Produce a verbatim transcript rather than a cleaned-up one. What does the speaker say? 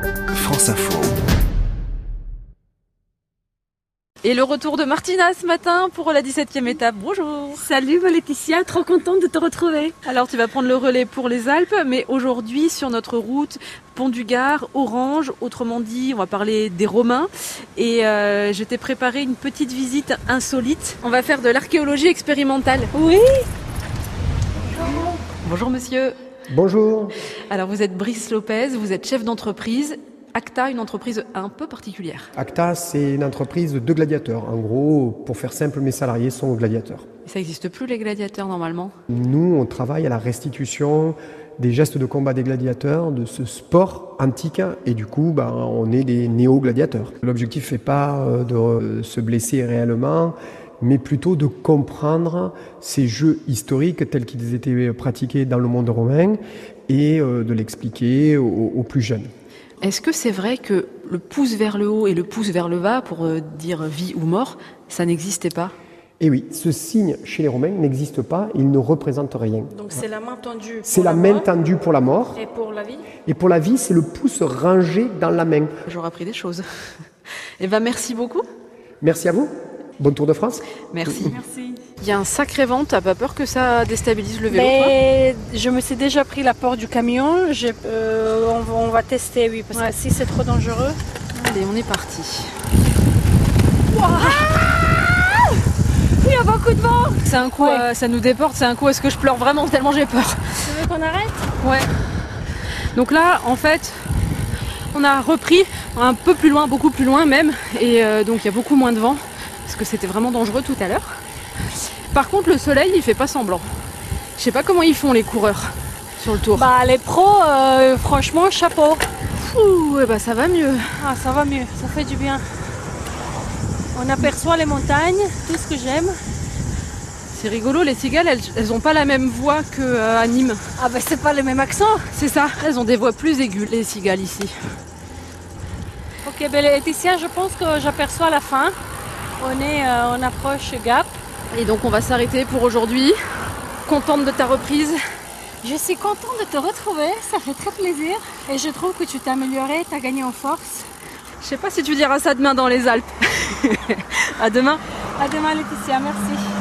France Info. Et le retour de Martina ce matin pour la dix-septième étape. Bonjour. Salut Laetitia, trop contente de te retrouver. Alors tu vas prendre le relais pour les Alpes, mais aujourd'hui sur notre route, Pont du Gard, Orange, autrement dit on va parler des Romains. Et euh, je t'ai préparé une petite visite insolite. On va faire de l'archéologie expérimentale. Oui. Bonjour monsieur. Bonjour. Alors vous êtes Brice Lopez, vous êtes chef d'entreprise. Acta, une entreprise un peu particulière. Acta, c'est une entreprise de gladiateurs. En gros, pour faire simple, mes salariés sont gladiateurs. Ça n'existe plus les gladiateurs normalement? Nous, on travaille à la restitution des gestes de combat des gladiateurs, de ce sport antique, et du coup, bah, on est des néo-gladiateurs. L'objectif n'est pas de se blesser réellement, mais plutôt de comprendre ces jeux historiques tels qu'ils étaient pratiqués dans le monde romain et de l'expliquer aux, aux plus jeunes. Est-ce que c'est vrai que le pouce vers le haut et le pouce vers le bas, pour dire vie ou mort, ça n'existait pas? Eh oui, ce signe chez les Romains n'existe pas, il ne représente rien. Donc c'est la main tendue. C'est la, la main tendue pour la mort. Et pour la vie? Et pour la vie, c'est le pouce rangé dans la main. J'aurais appris des choses. Eh bien, merci beaucoup. Merci à vous. Bon Tour de France. Merci. Merci. Il y a un sacré vent, t'as pas peur que ça déstabilise le vélo? Mais je me suis déjà pris la porte du camion, euh, on, va, on va tester, oui, parce ouais. que si c'est trop dangereux... Allez, on est parti. Wow. Ah, il y a beaucoup de vent. C'est un coup, ouais. euh, ça nous déporte, c'est un coup, est-ce que je pleure vraiment tellement j'ai peur? Tu veux qu'on arrête? Ouais. Donc là, en fait, on a repris un peu plus loin, beaucoup plus loin même, et euh, donc il y a beaucoup moins de vent, parce que c'était vraiment dangereux tout à l'heure. Par contre, le soleil, il fait pas semblant. Je sais pas comment ils font les coureurs sur le tour. Bah les pros, euh, franchement, chapeau. Ouh, et bah ça va mieux. Ah, ça va mieux, ça fait du bien. On aperçoit les montagnes, tout ce que j'aime. C'est rigolo, les cigales, elles, elles ont pas la même voix qu'à euh, Nîmes. Ah bah c'est pas le même accent. C'est ça, elles ont des voix plus aiguës, les cigales ici. Ok, ben Laetitia, je pense que j'aperçois la fin. On est, euh, on approche Gap. Et donc on va s'arrêter pour aujourd'hui. Contente de ta reprise? Je suis contente de te retrouver, ça fait très plaisir. Et je trouve que tu t'es améliorée, tu as gagné en force. Je sais pas si tu diras ça demain dans les Alpes. À demain. À demain Laetitia, merci.